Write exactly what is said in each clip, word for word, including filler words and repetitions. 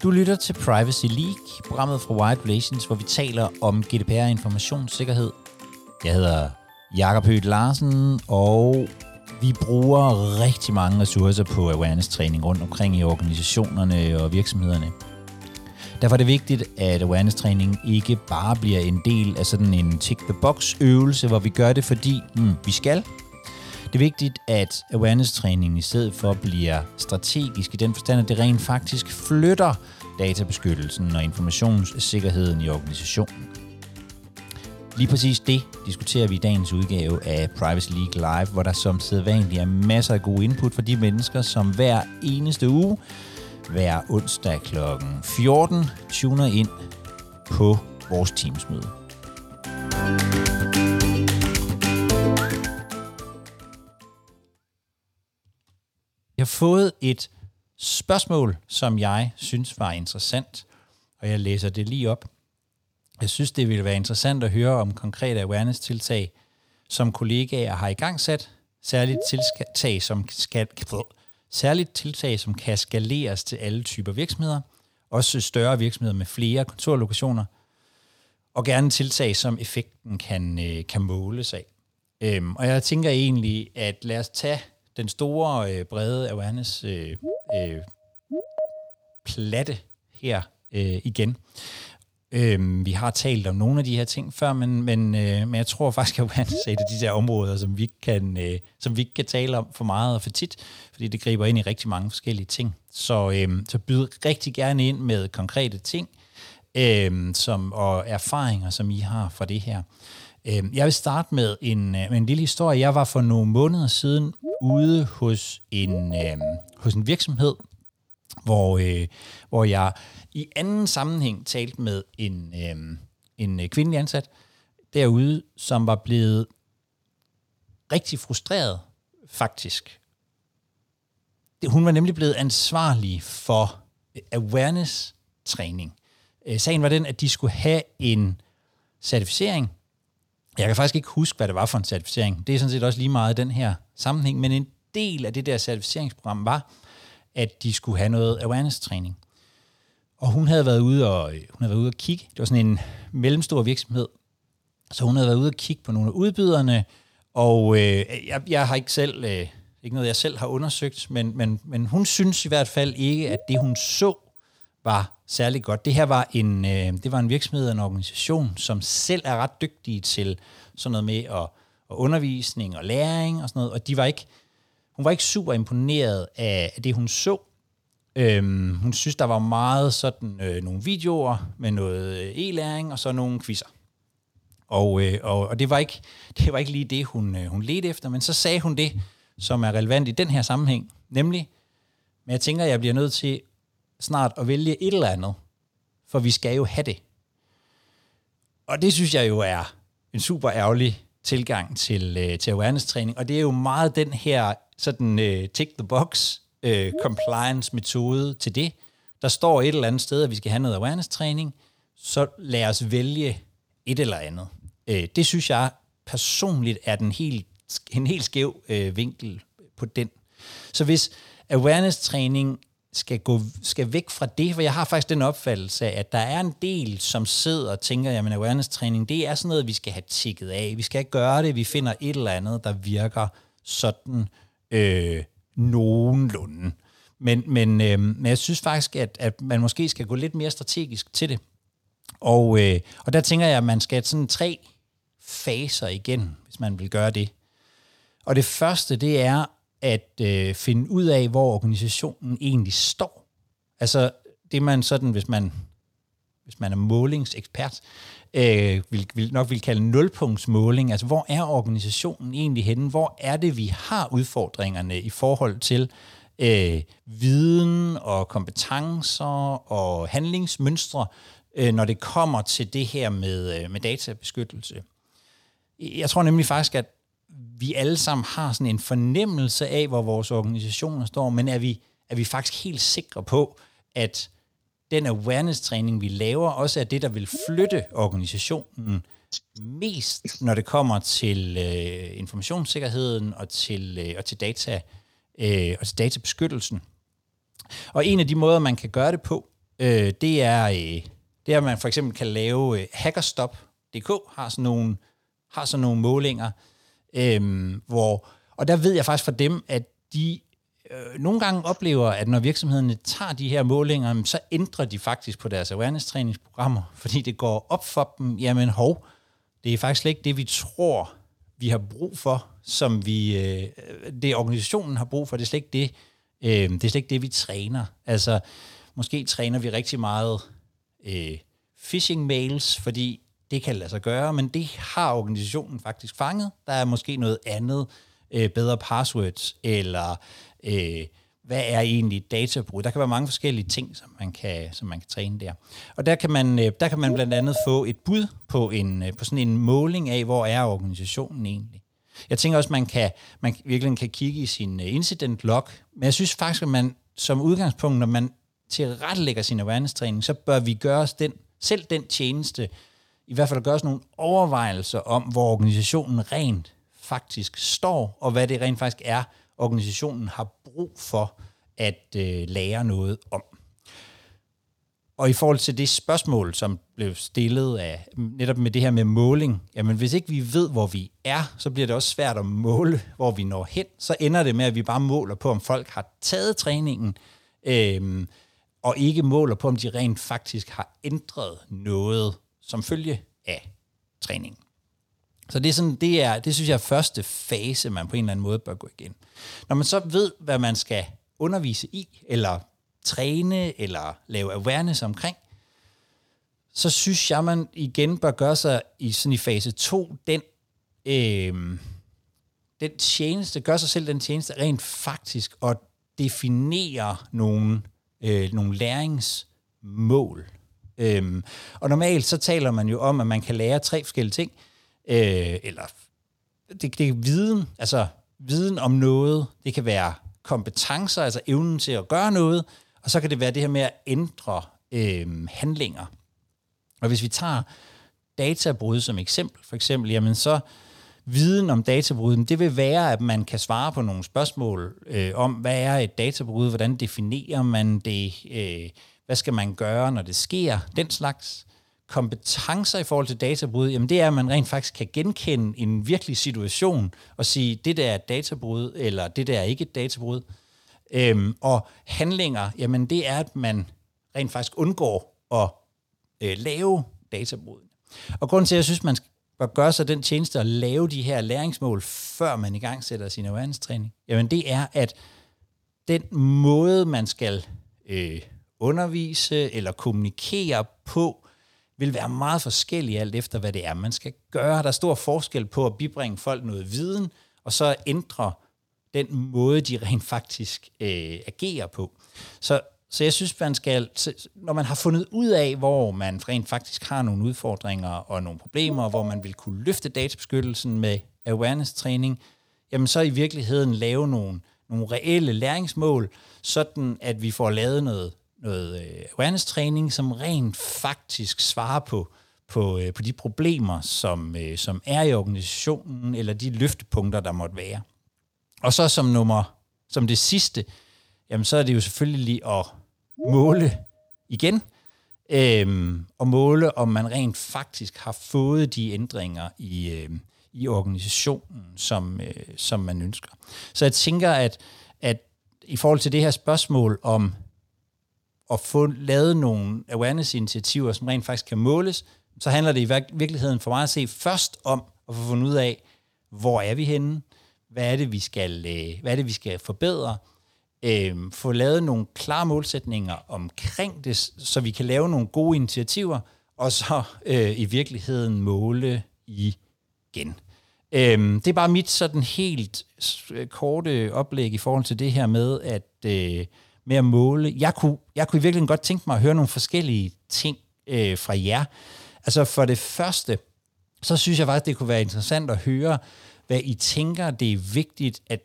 Du lytter til Privacy League, programmet fra Wired Relations, hvor vi taler om G D P R og informationssikkerhed. Jeg hedder Jakob Høgh Larsen, og vi bruger rigtig mange ressourcer på awareness-træning rundt omkring i organisationerne og virksomhederne. Derfor er det vigtigt, at awareness-træning ikke bare bliver en del af sådan en tick-the-box-øvelse, hvor vi gør det, fordi hmm, vi skal. Det er vigtigt, at awareness-træningen i stedet for bliver strategisk i den forstand, at det rent faktisk flytter databeskyttelsen og informationssikkerheden i organisationen. Lige præcis det diskuterer vi i dagens udgave af Privacy League Live, hvor der som sædvanligt er masser af gode input for de mennesker, som hver eneste uge, hver onsdag klokken fjorten, tuner ind på vores Teams-møde. Jeg har fået et spørgsmål, som jeg synes var interessant, og jeg læser det lige op. Jeg synes, det ville være interessant at høre om konkrete awareness-tiltag, som kollegaer har igangsat, særligt tiltag, som skal, særligt tiltag, som kan skaleres til alle typer virksomheder, også større virksomheder med flere kontorlokationer, og gerne tiltag, som effekten kan, kan måles af. Øhm, og jeg tænker egentlig, at lad os tage den store, øh, brede awareness øh, øh, platte her øh, igen. Øh, vi har talt om nogle af de her ting før, men, men, øh, men jeg tror faktisk, at awareness er et af de der områder, som vi, ikke kan, øh, som vi ikke kan tale om for meget og for tit, fordi det griber ind i rigtig mange forskellige ting. Så, øh, så byd rigtig gerne ind med konkrete ting øh, som, og erfaringer, som I har fra det her. Øh, jeg vil starte med en, med en lille historie. Jeg var for nogle måneder siden ude hos en, øh, hos en virksomhed, hvor, øh, hvor jeg i anden sammenhæng talte med en, øh, en kvindelig ansat derude, som var blevet rigtig frustreret, faktisk. Hun var nemlig blevet ansvarlig for awareness-træning. Sagen var den, at de skulle have en certificering. Jeg kan faktisk ikke huske, hvad det var for en certificering. Det er sådan set også lige meget i den her sammenhæng, men en del af det der certificeringsprogram var, at de skulle have noget awareness-træning. Og hun havde været ude og, hun havde været ude og kigge. Det var sådan en mellemstor virksomhed. Så hun havde været ude og kigge på nogle af udbyderne, og øh, jeg, jeg har ikke selv, øh, ikke noget jeg selv har undersøgt, men, men, men hun synes i hvert fald ikke, at det hun så var særlig godt. Det her var en, øh, det var en virksomhed og en organisation, som selv er ret dygtige til sådan noget med at, at undervisning og læring og sådan noget, og de var ikke, hun var ikke super imponeret af, af det, hun så. Øhm, hun synes, der var meget sådan øh, nogle videoer med noget e-læring og så nogle quizzer. Og, øh, og, og det var ikke det var ikke lige det, hun, øh, hun ledte efter, men så sagde hun det, som er relevant i den her sammenhæng, nemlig, men jeg tænker, jeg bliver nødt til snart at vælge et eller andet, for vi skal jo have det. Og det synes jeg jo er en super ærgerlig tilgang til, øh, til awareness-træning, og det er jo meget den her sådan øh, tick-the-box øh, compliance-metode til det. Der står et eller andet sted, at vi skal have noget awareness-træning, så lad os vælge et eller andet. Øh, det synes jeg personligt er den helt, en helt skæv øh, vinkel på den. Så hvis awareness-træning skal gå skal væk fra det, for jeg har faktisk den opfattelse af, at der er en del, som sidder og tænker, jamen awareness-træning, det er sådan noget, vi skal have tikket af. Vi skal gøre det, vi finder et eller andet, der virker sådan øh, nogenlunde. Men, men, øh, men jeg synes faktisk, at, at man måske skal gå lidt mere strategisk til det. Og, øh, og der tænker jeg, at man skal have sådan tre faser igen, hvis man vil gøre det. Og det første, det er at øh, finde ud af, hvor organisationen egentlig står. Altså det man sådan, hvis man, hvis man er målingsekspert, øh, vil, vil nok vil kalde nulpunktsmåling. Altså hvor er organisationen egentlig henne? Hvor er det, vi har udfordringerne i forhold til øh, viden og kompetencer og handlingsmønstre, øh, når det kommer til det her med, øh, med databeskyttelse. Jeg tror nemlig faktisk, at vi alle sammen har sådan en fornemmelse af, hvor vores organisationer står, men er vi, er vi faktisk helt sikre på, at den awareness-træning, vi laver, også er det, der vil flytte organisationen mest, når det kommer til øh, informationssikkerheden og til, øh, og til, data, øh, og til databeskyttelsen. Og en af de måder, man kan gøre det på, øh, det er, øh, det er, at man for eksempel kan lave øh, hackerstop punktum d k har sådan nogle, har sådan nogle målinger, øh, hvor, og der ved jeg faktisk fra dem, at de øh, nogle gange oplever, at når virksomhederne tager de her målinger, så ændrer de faktisk på deres awareness-træningsprogrammer, fordi det går op for dem, jamen hov, det er faktisk slet ikke det, vi tror, vi har brug for, som vi, øh, det organisationen har brug for, det er slet ikke det, øh, det er slet ikke det, vi træner. Altså, måske træner vi rigtig meget øh, phishing mails, fordi det kan lade sig gøre, men det har organisationen faktisk fanget. Der er måske noget andet, øh, bedre passwords, eller øh, hvad er egentlig databrug? Der kan være mange forskellige ting, som man kan, som man kan træne der. Og der kan man, øh, der kan man blandt andet få et bud på, en, på sådan en måling af, hvor er organisationen egentlig. Jeg tænker også, man kan man virkelig kan kigge i sin incident log, men jeg synes faktisk, at man som udgangspunkt, når man tilrettelægger sin awareness-træning, så bør vi gøre os den, selv den tjeneste, i hvert fald gøre os nogle overvejelser om, hvor organisationen rent faktisk står, og hvad det rent faktisk er, organisationen har brug for at øh, lære noget om. Og i forhold til det spørgsmål, som blev stillet af netop med det her med måling, jamen hvis ikke vi ved, hvor vi er, så bliver det også svært at måle, hvor vi når hen. Så ender det med, at vi bare måler på, om folk har taget træningen, øh, og ikke måler på, om de rent faktisk har ændret noget som følge af træningen. Så det er sådan, det er, det synes jeg er første fase, man på en eller anden måde bør gå igen. Når man så ved, hvad man skal undervise i, eller træne, eller lave awareness omkring, så synes jeg, man igen bør gøre sig i, sådan i fase to, den, øh, den tjeneste, gør sig selv den tjeneste rent faktisk, og definere nogle, øh, nogle læringsmål. Øhm, og normalt så taler man jo om, at man kan lære tre forskellige ting, øh, eller det, det er viden, altså viden om noget, det kan være kompetencer, altså evnen til at gøre noget, og så kan det være det her med at ændre øh, handlinger. Og hvis vi tager databrud som eksempel, for eksempel, jamen så viden om databruden, det vil være, at man kan svare på nogle spørgsmål øh, om, hvad er et databrud, hvordan definerer man det, øh, hvad skal man gøre, når det sker, den slags kompetencer i forhold til databrud, jamen det er, at man rent faktisk kan genkende en virkelig situation og sige, det der er et databrud, eller det der er ikke et databrud. Øhm, og handlinger, jamen det er, at man rent faktisk undgår at øh, lave databrud. Og grunden til, at jeg synes, man bør gøre sig den tjeneste at lave de her læringsmål, før man i gang sætter sin awareness-træning, jamen det er, at den måde, man skal øh, undervise eller kommunikere på, vil være meget forskellig alt efter, hvad det er, man skal gøre. Der er stor forskel på at bibringe folk noget viden, og så ændre den måde, de rent faktisk øh, agerer på. Så, så jeg synes, man skal, når man har fundet ud af, hvor man rent faktisk har nogle udfordringer og nogle problemer, hvor man vil kunne løfte databeskyttelsen med awareness-træning, jamen så i virkeligheden lave nogle, nogle reelle læringsmål, sådan at vi får lavet noget noget øh, awareness-træning, som rent faktisk svarer på, på, øh, på de problemer, som, øh, som er i organisationen, eller de løftepunkter, der måtte være. Og så som nummer, som det sidste, jamen så er det jo selvfølgelig lige at måle igen, øh, og måle, om man rent faktisk har fået de ændringer i, øh, i organisationen, som, øh, som man ønsker. Så jeg tænker, at, at i forhold til det her spørgsmål om at få lavet nogle awareness-initiativer, som rent faktisk kan måles, så handler det i virkeligheden for mig at se først om at få fundet ud af, hvor er vi henne, hvad er det, vi skal, hvad er det, vi skal forbedre, øhm, få lavet nogle klare målsætninger omkring det, så vi kan lave nogle gode initiativer, og så øh, i virkeligheden måle igen. Øhm, det er bare mit sådan helt korte oplæg i forhold til det her med, at øh, med at måle. Jeg kunne, jeg kunne virkelig godt tænke mig at høre nogle forskellige ting øh, fra jer. Altså for det første, så synes jeg faktisk, det kunne være interessant at høre, hvad I tænker, det er vigtigt, at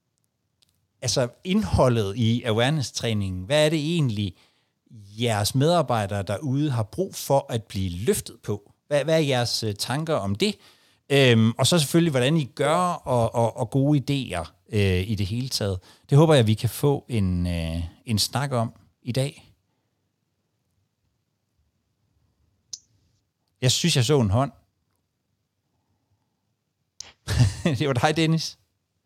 altså indholdet i awareness-træningen, hvad er det egentlig, jeres medarbejdere derude har brug for at blive løftet på? Hvad, hvad er jeres tanker om det? Øhm, og så selvfølgelig, hvordan I gør, og, og, og gode idéer øh, i det hele taget. Det håber jeg, vi kan få en, øh, en snak om i dag. Jeg synes, jeg så en hånd. Det var dig, Dennis.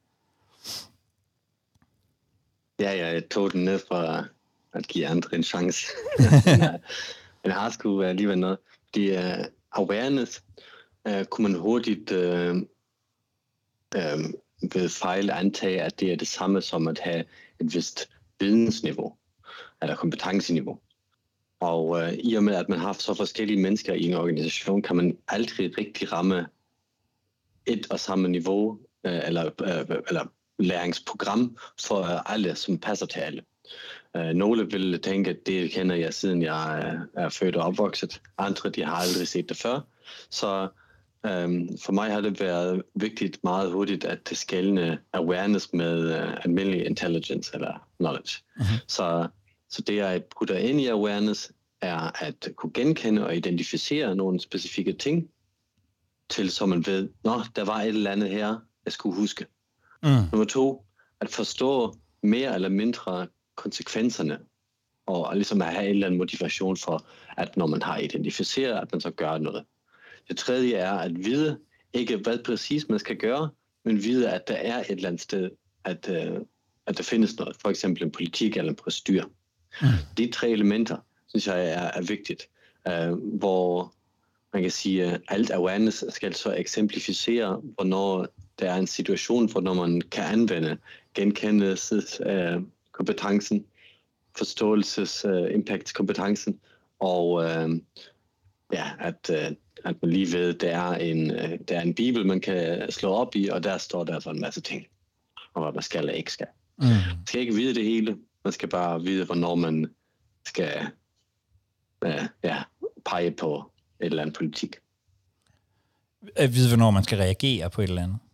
Ja, jeg tog den ned fra at give andre en chance. Men har sgu alligevel noget. Fordi uh, awareness uh, kunne man hurtigt uh, uh, ved fejl antage, at det er det samme som at have et vist vidensniveau, eller kompetenceniveau. Og uh, i og med, at man har så forskellige mennesker i en organisation, kan man aldrig rigtig ramme et og samme niveau, uh, eller, uh, eller læringsprogram for uh, alle, som passer til alle. Uh, nogle vil tænke, at det kender jeg, siden jeg uh, er født og opvokset. Andre, de har aldrig set det før. Så um, for mig har det været vigtigt meget hurtigt, at det skelne awareness med uh, almindelig intelligence eller knowledge. Mm-hmm. Så, så det, jeg putter ind i awareness, er at kunne genkende og identificere nogle specifikke ting, til så man ved, nå, der var et eller andet her, jeg skulle huske. Mm. Nummer to, at forstå mere eller mindre konsekvenserne, og ligesom at have en eller anden motivation for, at når man har identificeret, at man så gør noget. Det tredje er at vide, ikke hvad præcis man skal gøre, men vide, at der er et eller andet sted, at, uh, at der findes noget, for eksempel en politik eller en procedur. Mm. De tre elementer, synes jeg er, er vigtigt, uh, hvor man kan sige, at alt awareness skal så eksemplificere, hvornår der er en situation, hvor når man kan anvende genkendelseskompetencen, uh, forståelses-impact-kompetencen, uh, og uh, ja, at, uh, at man lige ved, at der er, en, uh, der er en bibel, man kan slå op i, og der står der så en masse ting, og hvad man skal eller ikke skal. Mm. Man skal ikke vide det hele, man skal bare vide, hvornår man skal uh, ja, pege på et eller andet politik. At vide, hvornår man skal reagere på et eller andet.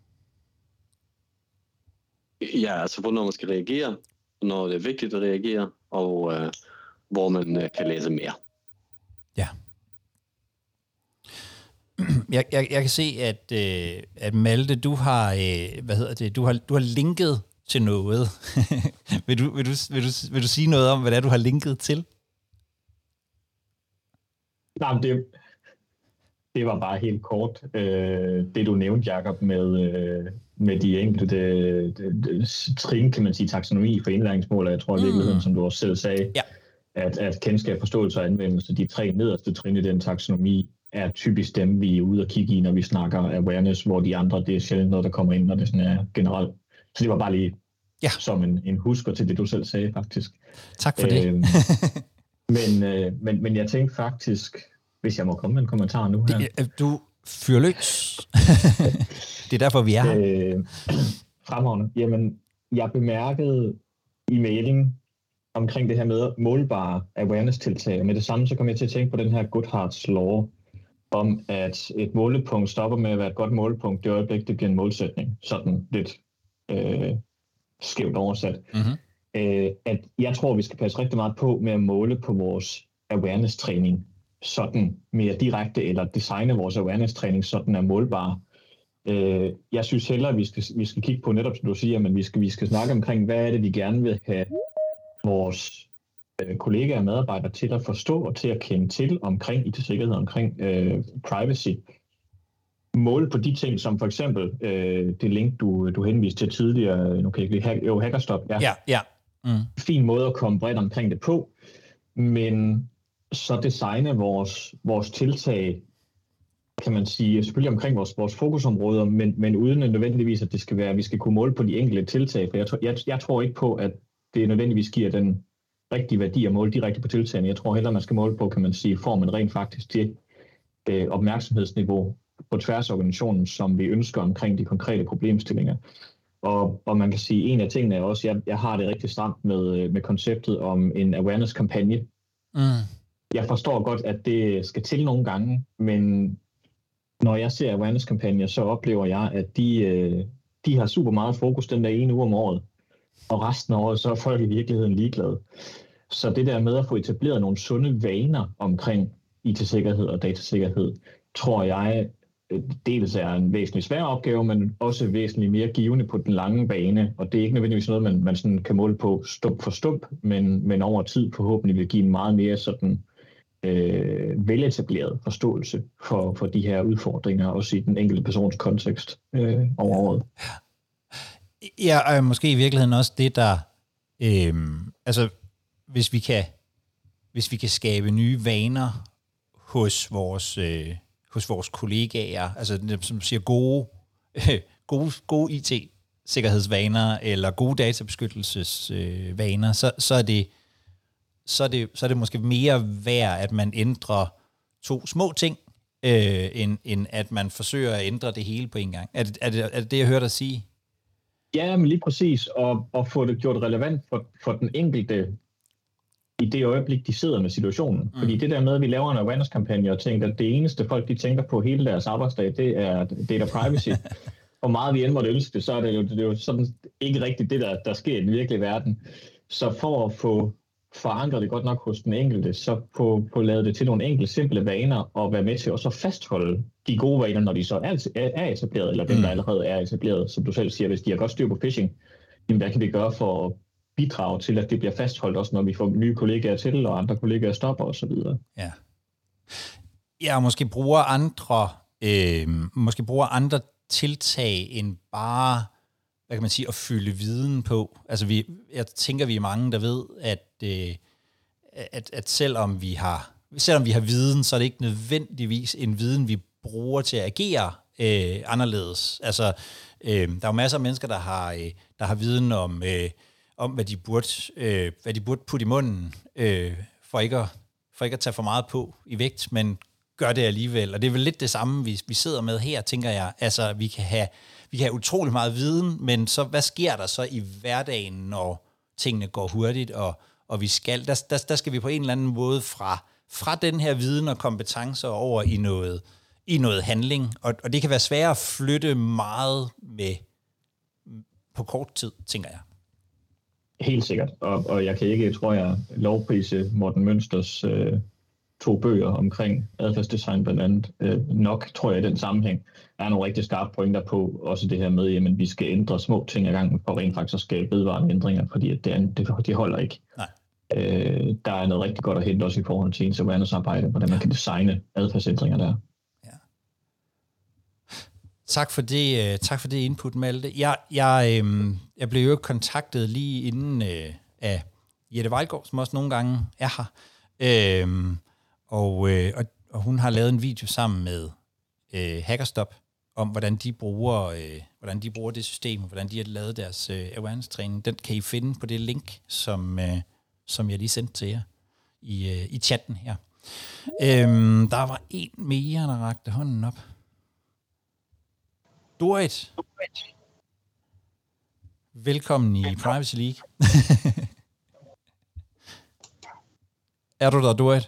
Ja, altså hvornår man skal reagere, hvornår det er vigtigt at reagere, og øh, hvor man øh, kan læse mere. Ja. Jeg, jeg, jeg kan se, at, øh, at Malte, du har, øh, hvad hedder det, du har, du har linket til noget. vil, du, vil, du, vil, du, vil du sige noget om, hvad det er, du har linket til? Nej, det, det var bare helt kort. Øh, det du nævnte, Jacob, med, øh, med de enkelte de, de, trin, kan man sige, taksonomi for indlæringsmål, og jeg tror i virkeligheden, mm. som du også selv sagde, ja. at, at kendskab, forståelse og anvendelse, de tre nederste trin i den taksonomi, er typisk dem, vi er ude og kigge i, når vi snakker awareness, hvor de andre, det er sjældent noget, der kommer ind, når det sådan er generelt. Så det var bare lige ja. som en, en husker til det, du selv sagde, faktisk. Tak for det. Øh, men, øh, men, men jeg tænkte faktisk, hvis jeg må komme med en kommentar nu her. Det, du fyrer løs. Det er derfor, vi er her. Øh, fremragende. Jamen, jeg bemærkede i mailing omkring det her med målbare awareness-tiltag, og med det samme så kom jeg til at tænke på den her Goodharts law, om at et målepunkt stopper med at være et godt målepunkt, det øjeblik, det bliver en målsætning. Sådan lidt øh, skævt oversat. Mm-hmm. Øh, at jeg tror, vi skal passe rigtig meget på med at måle på vores awareness-træning, sådan mere direkte, eller designe vores awareness-træning, sådan er målbar. Øh, jeg synes hellere, at vi skal, vi skal kigge på netop, som du siger, men vi skal, vi skal snakke omkring, hvad er det, vi gerne vil have vores øh, kollegaer og medarbejdere til at forstå og til at kende til omkring I T-sikkerhed, omkring øh, privacy. Måle på de ting, som for eksempel øh, det link, du, du henviste til tidligere, nu kan jeg ikke lide, jo, Hackerstop, ja. Ja, ja. Mm. Fin måde at komme bredt omkring det på, men så designe vores, vores tiltag, kan man sige, selvfølgelig omkring vores, vores fokusområder, men, men uden nødvendigvis, at det skal være, at vi skal kunne måle på de enkelte tiltag, for jeg, jeg, jeg tror ikke på, at det nødvendigvis giver den rigtige værdi at måle direkte på tiltagene. Jeg tror hellere, man skal måle på, kan man sige, formen rent faktisk til øh, opmærksomhedsniveau på tværs af organisationen, som vi ønsker omkring de konkrete problemstillinger. Og, og man kan sige, en af tingene er også, jeg, jeg har det rigtig stramt med, med konceptet om en awareness-kampagne. Mm. Jeg forstår godt, at det skal til nogle gange, men når jeg ser awareness-kampagner, så oplever jeg, at de, de har super meget fokus den der ene uge om året, og resten af året, så er folk i virkeligheden ligeglade. Så det der med at få etableret nogle sunde vaner omkring I T-sikkerhed og datasikkerhed, tror jeg dels er en væsentlig svær opgave, men også væsentligt mere givende på den lange bane, og det er ikke nødvendigvis noget, man, man sådan kan måle på stump for stump, men, men over tid forhåbentlig vil give en meget mere sådan øh, veletableret forståelse for, for de her udfordringer, også i den enkelte persons kontekst øh, over året. Ja, og måske i virkeligheden også det, der... Øh, altså, hvis vi kan, hvis vi kan skabe nye vaner hos vores, øh, hos vores kollegaer, altså som siger gode, øh, gode, gode I T-sikkerhedsvaner eller gode databeskyttelsesvaner, øh, så, så, er det, så, er det, så er det måske mere værd, at man ændrer to små ting, øh, end, end at man forsøger at ændre det hele på en gang. Er det er det, er det, det jeg hørte dig sige? Ja, men lige præcis, og, og få det gjort relevant for, for den enkelte i det øjeblik, de sidder med situationen. Mm. Fordi det der med, at vi laver en awareness-kampagne og tænker, at det eneste folk, de tænker på hele deres arbejdsdag, det er data privacy. Og meget vi end måtte ønske det, så er det jo, det er jo sådan ikke rigtigt det, der, der sker i den virkelige verden. Så for at få forankret det godt nok hos den enkelte, så på, på lavet det til nogle enkelte simple vaner, og være med til at så fastholde de gode vaner, når de så er, er etableret, eller dem, der allerede er etableret, som du selv siger, hvis de har godt styr på phishing, jamen hvad kan vi gøre for at bidrage til, at det bliver fastholdt, også når vi får nye kollegaer til, og andre kollegaer stopper osv. Ja. Ja, og måske bruger andre, øh, måske bruger andre tiltag end bare, hvad kan man sige, at fylde viden på. Altså vi, jeg tænker, vi er mange, der ved, at, øh, at, at selvom vi har, selvom vi har viden, så er det ikke nødvendigvis en viden, vi bruger til at agere øh, anderledes. Altså, øh, der er jo masser af mennesker, der har, øh, der har viden om, øh, om hvad de burde, øh, hvad de burde putte i munden, øh, for, ikke at, for ikke at tage for meget på i vægt, men gør det alligevel. Og det er vel lidt det samme, vi, vi sidder med her, tænker jeg. Altså, vi kan have Vi kan have utrolig meget viden, men så hvad sker der så i hverdagen, når tingene går hurtigt, og, og vi skal, der, der, der skal vi på en eller anden måde fra, fra den her viden og kompetencer over i noget, i noget handling, og, og det kan være svært at flytte meget med på kort tid, tænker jeg. Helt sikkert, og, og jeg kan ikke, tror jeg, lovprise Morten Mønsters øh, to bøger omkring adfærdsdesign blandt andet. Øh, nok, tror jeg, i den sammenhæng er nogle rigtig skarpe pointer på også det her med, at vi skal ændre små ting ad gangen for rent faktisk at skabe vedvarende ændringer, fordi at det, er, det, det holder ikke. Nej. Øh, der er noget rigtig godt at hente også i forhold til ens awareness-arbejde, hvordan man kan designe adfærdsændringer der. Ja. Tak for det, tak for det input, Malte. Jeg, jeg, øh, jeg blev jo kontaktet lige inden øh, af Jette Vejlgaard, som også nogle gange er her. Øh, og, øh, og, og hun har lavet en video sammen med øh, Hackerstop om, hvordan de bruger, øh, hvordan de bruger det system, hvordan de har lavet deres øh, awareness-træning. Den kan I finde på det link, som, øh, som jeg lige sendte til jer i, øh, i chatten her. Øhm, der var en mere, der rakte hånden op. Dorit. Velkommen i Privacy League. Er du der, Dorit?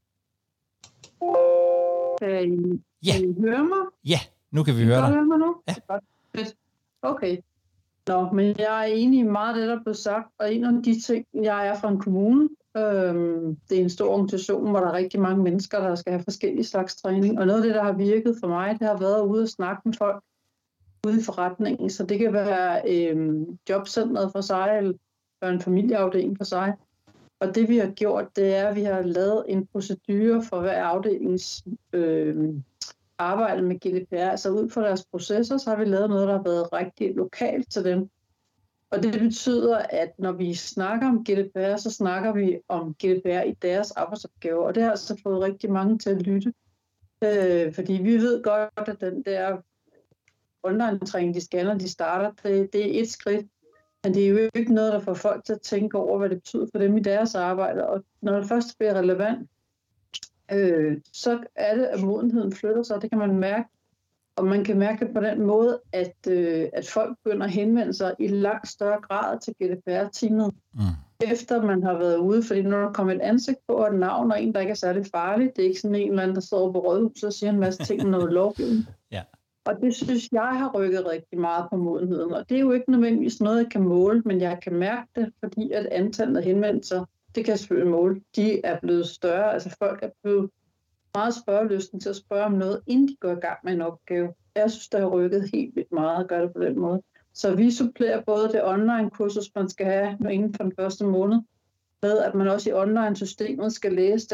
Kan I, ja. kan I høre mig? Ja, nu kan vi høre dig. Kan I høre mig nu? Ja. Okay. Nå, men jeg er enig i meget af det, der blev sagt, og en af de ting, jeg er fra en kommune, øhm, det er en stor organisation, hvor der er rigtig mange mennesker, der skal have forskellige slags træning, og noget af det, der har virket for mig, det har været ude og snakke med folk ude i forretningen, så det kan være øhm, jobcentret for sig, eller en familieafdeling for sig. Og det vi har gjort, det er, at vi har lavet en procedure for hver afdelings øh, arbejde med G D P R. Altså ud fra deres processer, så har vi lavet noget, der har været rigtig lokalt til dem. Og det betyder, at når vi snakker om G D P R, så snakker vi om G D P R i deres arbejdsopgaver. Og det har altså fået rigtig mange til at lytte. Øh, fordi vi ved godt, at den der online-træning, de skal, når de starter, det, det er et skridt. Men det er jo ikke noget, der får folk til at tænke over, hvad det betyder for dem i deres arbejde. Og når det først bliver relevant, øh, så er det, at modenheden flytter sig. Det kan man mærke. Og man kan mærke det på den måde, at, øh, at folk begynder at henvende sig i langt større grad til G D P R-teamet. Mm. Efter man har været ude. Fordi når der kommer et ansigt på og et navn, og en, der ikke er særlig farlig, det er ikke sådan en eller anden, der står på Rådhuset og siger en masse ting om noget lovgivning. Ja. Og det synes jeg har rykket rigtig meget på modenheden. Og det er jo ikke nødvendigvis noget, jeg kan måle, men jeg kan mærke det, fordi at antallet af henvendelser, det kan jeg selvfølgelig måle, de er blevet større. Altså folk er blevet meget spørgelysten til at spørge om noget, inden de går i gang med en opgave. Jeg synes, det har rykket helt vildt meget at gøre det på den måde. Så vi supplerer både det online-kursus, man skal have inden for den første måned, med at man også i online-systemet skal læse den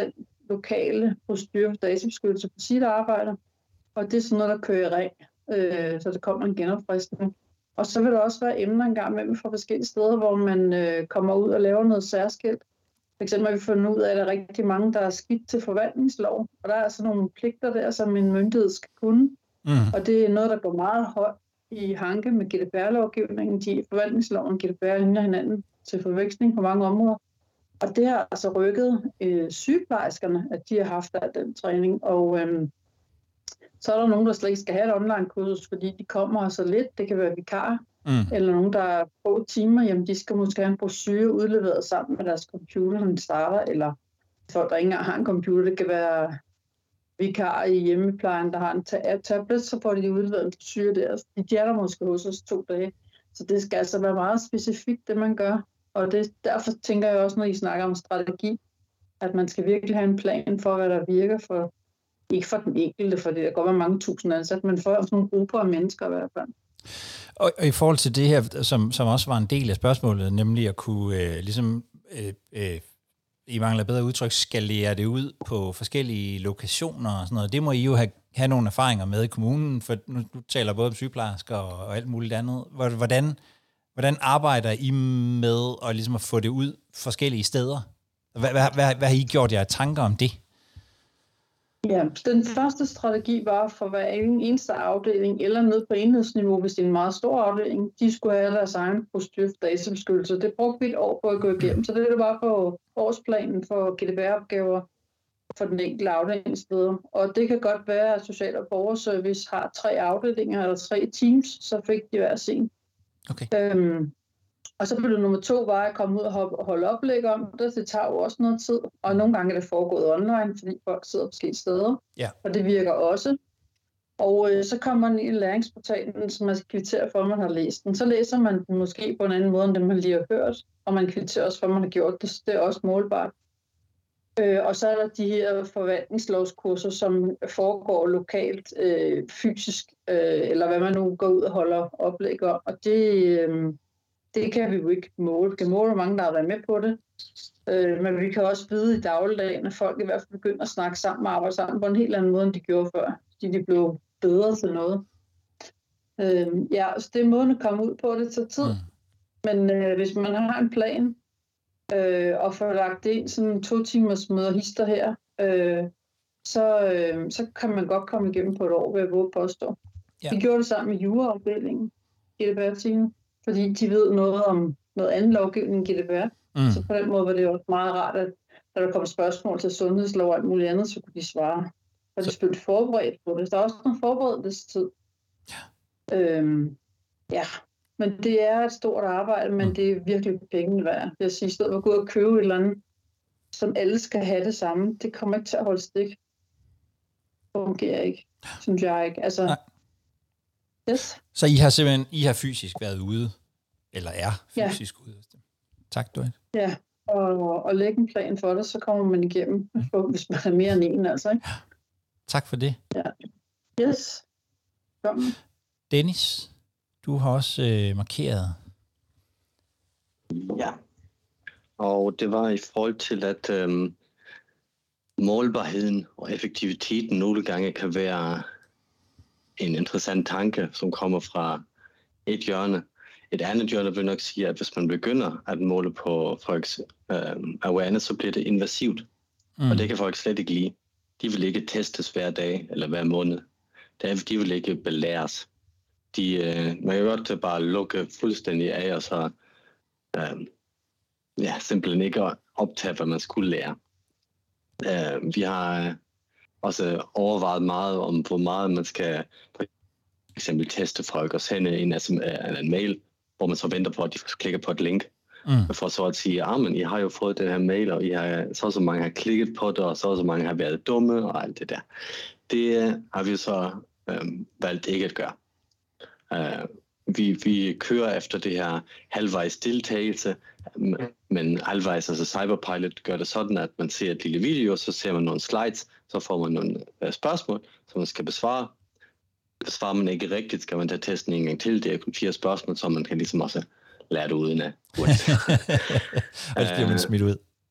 lokale procedurer for databeskyttelse på sit arbejde, og det er sådan noget, der kører i ring, øh, så der kommer en genopfriskning. Og så vil der også være emner engang imellem fra forskellige steder, hvor man øh, kommer ud og laver noget særskilt. For eksempel har vi fundet ud af, at der er rigtig mange, der er skidt til forvaltningslov, og der er altså nogle pligter der, som en myndighed skal kunne. Mm. Og det er noget, der går meget højt i hanke med G D P R-lovgivningen. De forvaltningsloven og G D P R ligner hinanden til forveksling på mange områder. Og det har altså rykket øh, sygeplejerskerne, at de har haft al den træning. Og øh, så er der nogen, der slet ikke skal have et online-kursus, fordi de kommer så lidt. Det kan være vikarer, mm. eller nogen, der er få timer. Jamen, de skal måske have en brochure udleveret sammen med deres computer, når de starter. Eller folk, der ikke engang har en computer. Det kan være vikarer i hjemmeplejen, der har en ta- tablet, så får de udleveret en brochure der. De er der måske hos os to dage. Så det skal altså være meget specifikt, det man gør. Og det, derfor tænker jeg også, når I snakker om strategi, at man skal virkelig have en plan for, hvad der virker for, ikke for den enkelte, for det der går være mange tusind ansatte, men for sådan nogle grupper af mennesker i hvert fald. Og, og i forhold til det her, som, som også var en del af spørgsmålet, nemlig at kunne øh, ligesom, øh, øh, i mangler bedre udtryk, skalere det ud på forskellige lokationer og sådan noget, det må I jo have, have nogle erfaringer med i kommunen, for nu, nu taler både om sygeplejersker og, og alt muligt andet. Hvordan Hvordan arbejder I med at, ligesom at få det ud forskellige steder? Hvad, hvad, hvad, hvad har I gjort jer tanker om det? Ja, den første strategi var for hver eneste afdeling, eller ned på enhedsniveau, hvis det er en meget stor afdeling, de skulle have deres egen procedure for databeskyttelse. Det brugte vi et år på at gå igennem, så det er det bare på årsplanen for G D P R-opgaver for den enkelte afdelingsleder. Og det kan godt være, at Social- og Borgerservice har tre afdelinger eller tre teams, så fik de hver sin. Okay. Øhm, og så blev det nummer to var at komme ud og holde oplæg om det. Det tager jo også noget tid, og nogle gange er det foregået online, fordi folk sidder forskellige steder, yeah. og det virker også. Og øh, så kommer man i læringsportalen, som man skal kvittere for, at man har læst den. Så læser man den måske på en anden måde, end den man lige har hørt, og man kvitterer også for, at man har gjort det, så det er også målbart. Øh, og så er der de her forvaltningslovskurser, som foregår lokalt, øh, fysisk, øh, eller hvad man nu går ud og holder oplæg om. Og det, øh, det kan vi jo ikke måle. Vi kan måle, hvor mange der har været med på det. Øh, men vi kan også vide i dagligdagen, at folk i hvert fald begynder at snakke sammen og arbejde sammen på en helt anden måde, end de gjorde før. Fordi de blev bedre til noget. Øh, ja, så det er måden at komme ud på, det tager tid. Men øh, hvis man har en plan, Øh, og får lagt det ind sådan to timers møder hister her, øh, så, øh, så kan man godt komme igennem på et år, ved at våge påstå. Ja. De gjorde det sammen med juraafdelingen i G D P R-teamet, fordi de ved noget om noget andet lovgivning i G D P R. Mm. Så på den måde var det også meget rart, at når der kom spørgsmål til sundhedslov og alt muligt andet, så kunne de svare. Og de selvfølgelig forberedt på det. Der er også noget forberedelsestid. Ja. Øhm, ja. Men det er et stort arbejde, men det er virkelig pengene værd. Jeg siger, i stedet for at gå ud og købe et eller andet, som alle skal have det samme, det kommer ikke til at holde stik. Det fungerer ikke, synes jeg ikke. Altså, yes. Så I har simpelthen I har fysisk været ude, eller er fysisk ja. ude? Tak, du. Ja, og, og lægge en plan for det, så kommer man igennem, hvis man er mere end en, altså. Ikke? Tak for det. Ja. Yes. Kom. Dennis? Du har også øh, markeret. Ja, og det var i forhold til, at øhm, målbarheden og effektiviteten nogle gange kan være en interessant tanke, som kommer fra et hjørne. Et andet hjørne vil nok sige, at hvis man begynder at måle på folks øhm, awareness, så bliver det invasivt. Mm. Og det kan folk slet ikke lide. De vil ikke testes hver dag eller hver måned. De vil ikke belæres. De, øh, man kan godt bare lukke fuldstændig af, og så øh, ja, simpelthen ikke optage, hvad man skulle lære. Øh, vi har også overvejet meget om, hvor meget man skal for eksempel teste folk og sende en, en mail, hvor man så venter på, at de klikker på et link. Mm. For så at sige, ah, men I har jo fået den her mail, og I har, så så mange har klikket på det, og så så mange har været dumme, og alt det der. Det øh, har vi så øh, valgt ikke at gøre. Uh, vi, vi kører efter det her halvvejs deltagelse, men halvvejs, altså Cyberpilot gør det sådan, at man ser et lille video, så ser man nogle slides, så får man nogle uh, spørgsmål, som man skal besvare. Besvarer man ikke rigtigt, skal man tage testen en gang til. Det er kun fire spørgsmål, så man kan ligesom også lære det uden af. Og det bliver man smidt ud.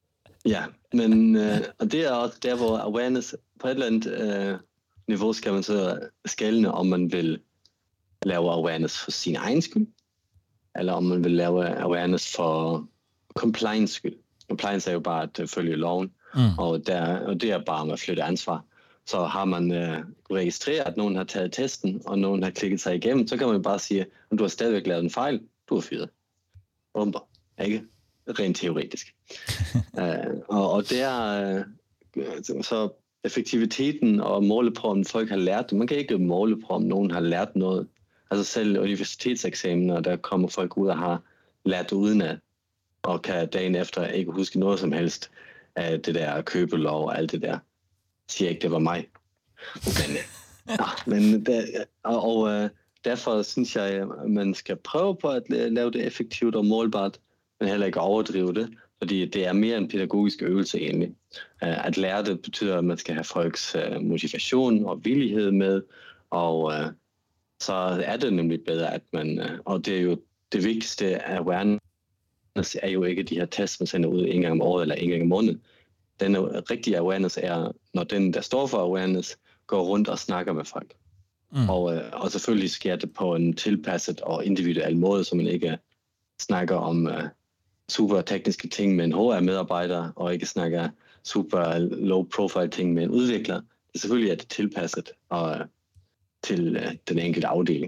Ja, men øh, og det er også der, hvor awareness på et eller andet øh, niveau skal man så skelne, om man vil lave awareness for sin egen skyld, eller om man vil lave awareness for compliance skyld. Compliance er jo bare at følge loven, mm. og, der, og det er bare med at flytte ansvar. Så har man øh, registreret, at nogen har taget testen, og nogen har klikket sig igennem, så kan man bare sige, at du har stadigvæk lavet en fejl, du er fyret. Bomber, ikke? Rent teoretisk. uh, og, og det er uh, så effektiviteten og måle på, om folk har lært det. Man kan ikke måle på, om nogen har lært noget. Altså selv universitetseksamener, der kommer folk ud og har lært det uden at, og kan dagen efter ikke huske noget som helst af det der købelov og alt det der. Jeg siger ikke, det var mig. Men, ja, men det, og, og uh, derfor synes jeg, at man skal prøve på at lave det effektivt og målbart, men heller ikke overdrive det, fordi det er mere en pædagogisk øvelse egentlig. Uh, at lære det betyder, at man skal have folks uh, motivation og villighed med, og uh, så er det nemlig bedre, at man, uh, og det er jo det vigtigste af awareness, er jo ikke de her tests, man sender ud en gang om året eller en gang om måneden. Den rigtige awareness er, når den, der står for awareness, går rundt og snakker med folk. Mm. Og, uh, og selvfølgelig sker det på en tilpasset og individuel måde, så man ikke snakker om uh, super tekniske ting med en H R-medarbejder, og ikke snakker super low-profile ting med en udvikler. Det selvfølgelig er det tilpasset og, uh, til uh, den enkelte afdeling.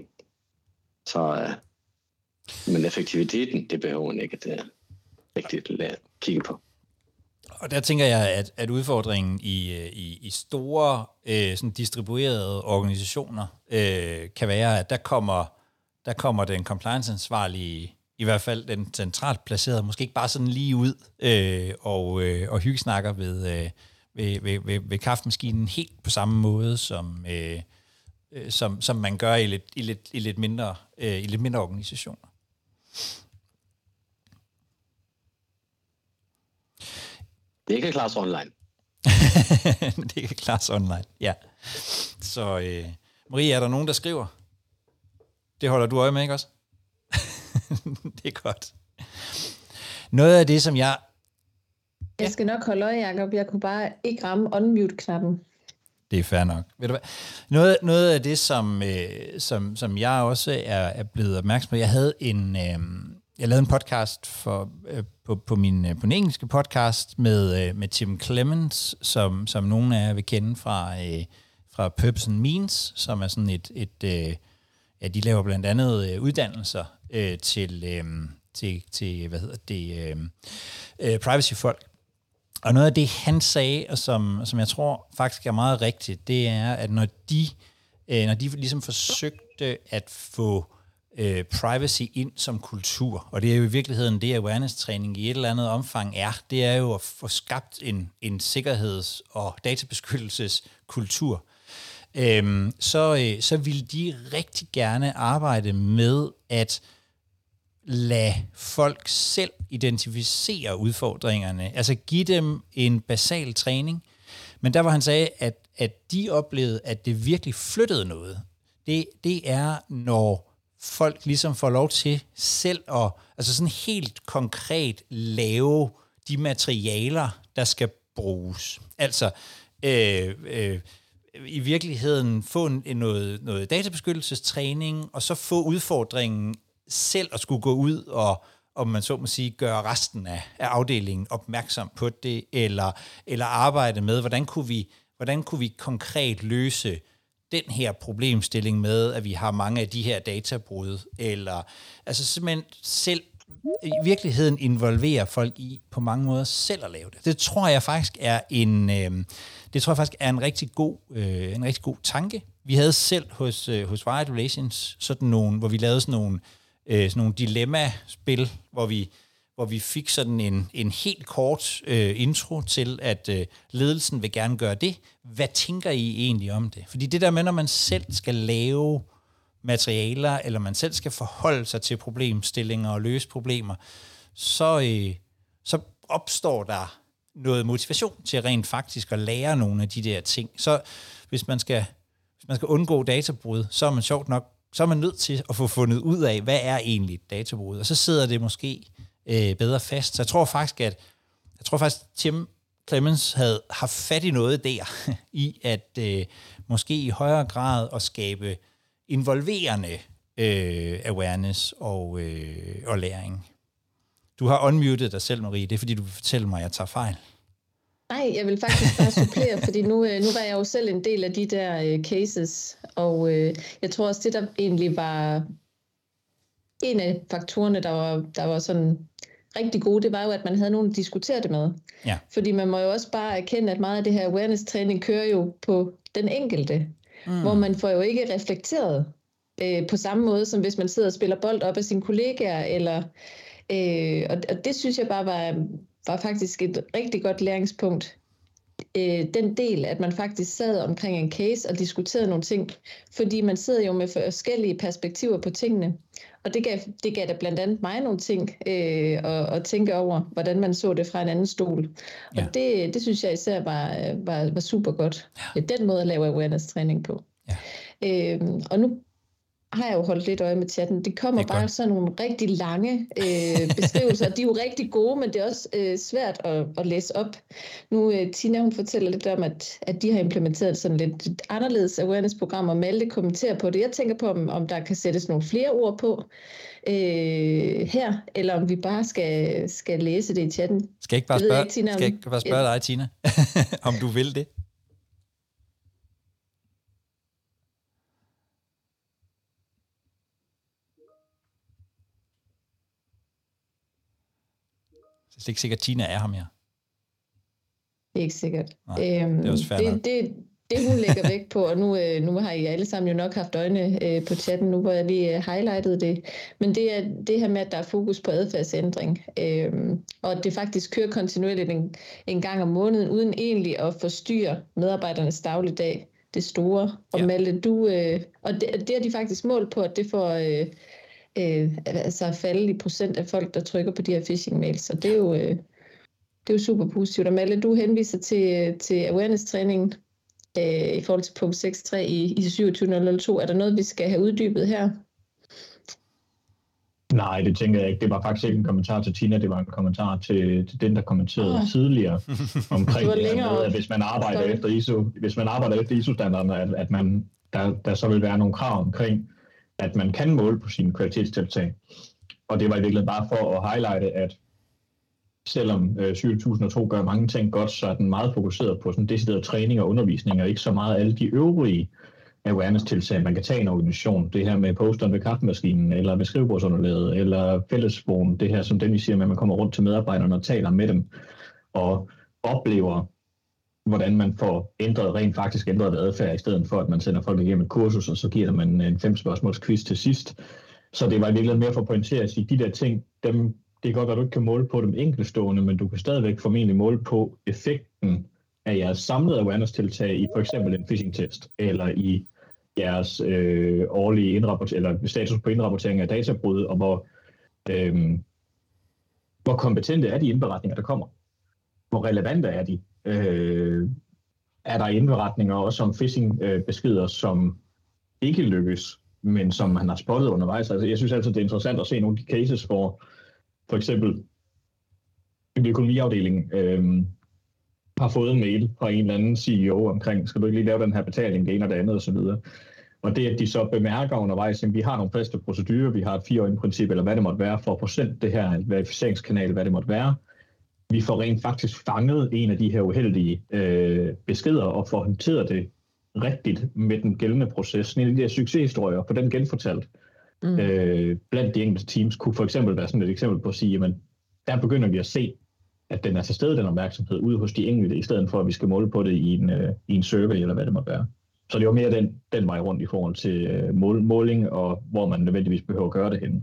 Så, uh, men effektiviteten, det behøver man ikke at uh, rigtigt at kigge på. Og der tænker jeg, at, at udfordringen i, i, i store øh, sådan distribuerede organisationer øh, kan være, at der kommer, der kommer den compliance-ansvarlige, i hvert fald den centralt placerede, måske ikke bare sådan lige ud øh, og, øh, og hyggesnakker ved, øh, ved, ved, ved, ved kaffemaskinen helt på samme måde, som, øh, som, som man gør i lidt, i lidt, i lidt, mindre, øh, i lidt mindre organisationer. Det kan klares online. Det kan klares online, ja. Så øh, Marie, er der nogen, der skriver? Det holder du øje med, ikke også? Det er godt. Noget af det, som jeg... Jeg skal nok holde øje, Jacob. Jeg kunne bare ikke ramme unmute-knappen. Det er fair nok. Ved du hvad? Noget, noget af det, som, øh, som, som jeg også er, er blevet opmærksom på, jeg havde en... Øh, Jeg lavede en podcast for, øh, på, på, min, på min engelske podcast med, øh, med Tim Clemens, som, som nogle af jer vil kende fra, øh, fra Purpose and Means, som er sådan et... et øh, ja, de laver blandt andet øh, uddannelser øh, til, øh, til, til, hvad hedder det, øh, øh, privacy-folk. Og noget af det, han sagde, og som, som jeg tror faktisk er meget rigtigt, det er, at når de, øh, når de ligesom forsøgte at få Uh, privacy ind som kultur, og det er jo i virkeligheden det, awareness-træning i et eller andet omfang er, det er jo at få skabt en, en sikkerheds- og databeskyttelseskultur. Um, så, uh, så vil de rigtig gerne arbejde med at lade folk selv identificere udfordringerne, altså give dem en basal træning. Men der, hvor han sagde, at, at de oplevede, at det virkelig flyttede noget, det, det er, når folk ligesom får lov til selv at, altså sådan helt konkret lave de materialer, der skal bruges. Altså øh, øh, i virkeligheden få en, noget, noget databeskyttelsestræning, og så få udfordringen selv at skulle gå ud og, om man så må sige, gøre resten af, af afdelingen opmærksom på det, eller, eller arbejde med, hvordan kunne vi, hvordan kunne vi konkret løse den her problemstilling med, at vi har mange af de her databrud, eller altså simpelthen selv i virkeligheden involverer folk i på mange måder selv at lave det. Det tror jeg faktisk er en, øh, det tror jeg faktisk er en rigtig god, øh, en rigtig god tanke. Vi havde selv hos øh, hos Wired Relations sådan nogle, hvor vi lavede sådan nogle, øh, sådan nogle dilemma-spil, hvor vi hvor vi fik sådan en, en helt kort øh, intro til, at øh, ledelsen vil gerne gøre det. Hvad tænker I egentlig om det? Fordi det der med, når man selv skal lave materialer, eller man selv skal forholde sig til problemstillinger og løse problemer, så, øh, så opstår der noget motivation til rent faktisk at lære nogle af de der ting. Så hvis man skal, hvis man skal undgå databrud, så er man sjovt nok, så er man nødt til at få fundet ud af, hvad er egentlig et databrud? Og så sidder det måske bedre fast. Så jeg tror faktisk, at, jeg tror faktisk, Tim Clemens havde haft fat i noget der, i at øh, måske i højere grad at skabe involverende øh, awareness og, øh, og læring. Du har unmuted dig selv, Marie. Det er fordi, du vil fortælle mig, at jeg tager fejl. Nej, jeg vil faktisk bare supplere, fordi nu, nu var jeg jo selv en del af de der øh, cases, og øh, jeg tror også, det der egentlig var en af faktorerne, der var, der var sådan rigtig gode, det var jo, at man havde nogen at diskutere det med. Ja. Fordi man må jo også bare erkende, at meget af det her awareness-træning kører jo på den enkelte, mm. hvor man får jo ikke reflekteret øh, på samme måde, som hvis man sidder og spiller bold op af sine kollegaer, eller, øh, og, og det synes jeg bare var, var faktisk et rigtig godt læringspunkt. Øh, den del, at man faktisk sad omkring en case og diskuterede nogle ting, fordi man sidder jo med forskellige perspektiver på tingene, og det gav, det gav da blandt andet mig nogle ting øh, at, at tænke over, hvordan man så det fra en anden stol. Ja. Og det, det synes jeg især var, var, var super godt. Ja. Den måde at lave awareness-træning på. Ja. Øh, og nu har jeg jo holdt lidt øje med chatten. Det kommer det bare godt. Sådan nogle rigtig lange øh, beskrivelser. De er jo rigtig gode, men det er også øh, svært at, at læse op. Nu øh, Tina, hun fortæller lidt om, at, at de har implementeret sådan lidt anderledes awareness-program, og Malte kommenterer på det. Jeg tænker på, om, om der kan sættes nogle flere ord på øh, her, eller om vi bare skal, skal læse det i chatten. Skal jeg ikke bare spørge, ikke, Tina, skal jeg ikke bare spørge dig, Tina, om du vil det? Det er ikke sikkert, at Tina er her mere. Det er ikke sikkert. Nej, øhm, det er også fair det, det, det, hun lægger vægt på, og nu, øh, nu har I alle sammen jo nok haft øjne øh, på chatten, nu hvor jeg lige øh, highlightede det, men det er det her med, at der er fokus på adfærdsændring, øh, og at det faktisk kører kontinuerligt en, en gang om måneden, uden egentlig at forstyrre medarbejdernes dagligdag, det store. Og ja. Malte, du, øh, og det, det er de faktisk mål på, at det får... Øh, Øh, altså falde i procent af folk, der trykker på de her phishing-mails. Så det er jo, øh, det er jo super positivt. Og Malle, du henviser til, til awareness-træningen øh, i forhold til punkt seks punkt tre i I S O syvogtyve nul nul to. Er der noget, vi skal have uddybet her? Nej, det tænker jeg ikke. Det var faktisk ikke en kommentar til Tina, det var en kommentar til, til den, der kommenterede ah. tidligere omkring det her med, at hvis man arbejder efter I S O, hvis man arbejder efter I S O-standarderne, at, at man, der, der så vil være nogle krav omkring, at man kan måle på sine kvalitetstiltag. Og det var i virkeligheden bare for at highlighte, at selvom øh, syv tusind og to gør mange ting godt, så er den meget fokuseret på sådan decideret træning og undervisning, og ikke så meget alle de øvrige awareness-tiltag, man kan tage i en organisation. Det her med posteren ved kaffemaskinen, eller ved skrivebordsunderlaget, eller fællesbogen, det her, som Dennis siger med, at man kommer rundt til medarbejderne og taler med dem, og oplever, hvordan man får ændret, rent faktisk ændret adfærd, i stedet for, at man sender folk igennem et kursus, og så giver man en fem spørgsmåls quiz til sidst. Så det var i virkeligheden mere for at pointere at sige, de der ting, dem, det er godt, at du ikke kan måle på dem enkeltstående, men du kan stadigvæk formentlig måle på effekten af jeres samlede awareness-tiltag i for eksempel en phishing-test, eller i jeres øh, årlige indrapport- eller status på indrapportering af databrud, og hvor, øh, hvor kompetente er de indberetninger, der kommer. Hvor relevante er de? Øh, er der indberetninger også om phishing-beskeder, som ikke lykkes, men som man har spottet undervejs? Altså, jeg synes altid, det er interessant at se nogle af de cases, hvor for eksempel en økonomiafdeling øh, har fået en mail fra en eller anden C E O omkring, skal du ikke lige lave den her betaling, det ene og det andet osv. Og det, at de så bemærker undervejs, at vi har nogle faste procedurer, vi har et fire-øjne-princip, eller hvad det måtte være, for at få sendt det her verificeringskanal, hvad det måtte være. Vi får rent faktisk fanget en af de her uheldige øh, beskeder og får håndteret det rigtigt med den gældende proces. En af de der succeshistorier, for den genfortalt mm. øh, blandt de enkelte teams, kunne for eksempel være sådan et eksempel på at sige, jamen der begynder vi at se, at den er til stede, den opmærksomhed, ude hos de enkelte, i stedet for, at vi skal måle på det i en, øh, i en survey, eller hvad det måtte være. Så det var mere den, den vej rundt i forhold til øh, mål, måling, og hvor man nødvendigvis behøver at gøre det henne.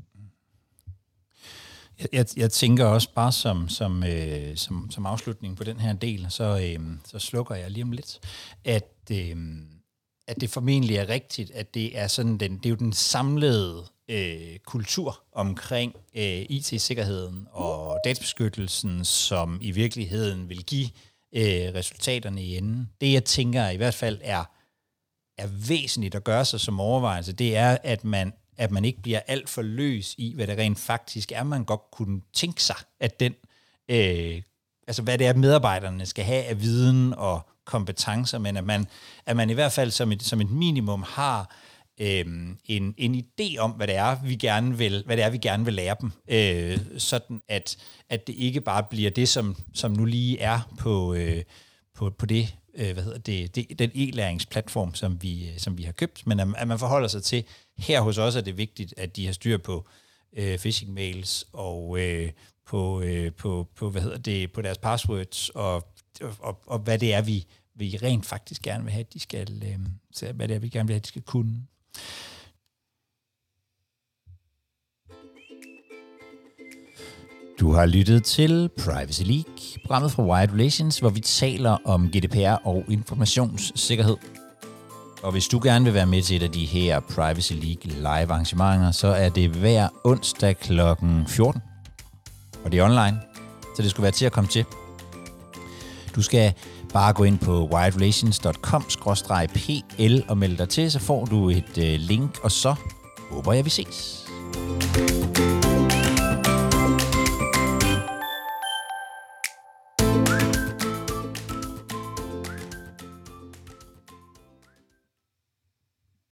Jeg, jeg tænker også bare som, som, øh, som, som afslutning på den her del, så, øh, så slukker jeg lige om lidt, at, øh, at det formentlig er rigtigt, at det er sådan den, det er jo den samlede øh, kultur omkring øh, I T-sikkerheden og databeskyttelsen, som i virkeligheden vil give øh, resultaterne i enden. Det jeg tænker i hvert fald er, er væsentligt at gøre sig som overvejelse, det er, at man at man ikke bliver alt for løs i, hvad det rent faktisk er, man godt kunne tænke sig, at den øh, altså hvad det er, medarbejderne skal have af viden og kompetencer, men at man, at man i hvert fald som et, som et minimum har øhm, en, en idé om, hvad det er, vi gerne vil, hvad det er, vi gerne vil lære dem, øh, sådan at, at det ikke bare bliver det, som, som nu lige er på, øh, på, på det, øh, hvad hedder det, det, den e-læringsplatform, som vi, som vi har købt, men at, at man forholder sig til, her hos os er det vigtigt, at de har styr på øh, phishing mails og øh, på, øh, på, på, hvad hedder det, på deres passwords og, og, og hvad det er, vi, vi rent faktisk gerne vil have, at de skal, øh, hvad det er, vi gerne vil have, at de skal kunne. Du har lyttet til Privacy League, programmet fra Wired Relations, hvor vi taler om G D P R og informationssikkerhed. Og hvis du gerne vil være med til et af de her Privacy League live arrangementer, så er det hver onsdag klokken fjorten. Og det er online, så det skulle være til at komme til. Du skal bare gå ind på wired relations punktum com skråstreg p l og melde dig til, så får du et link, og så håber jeg, vi ses.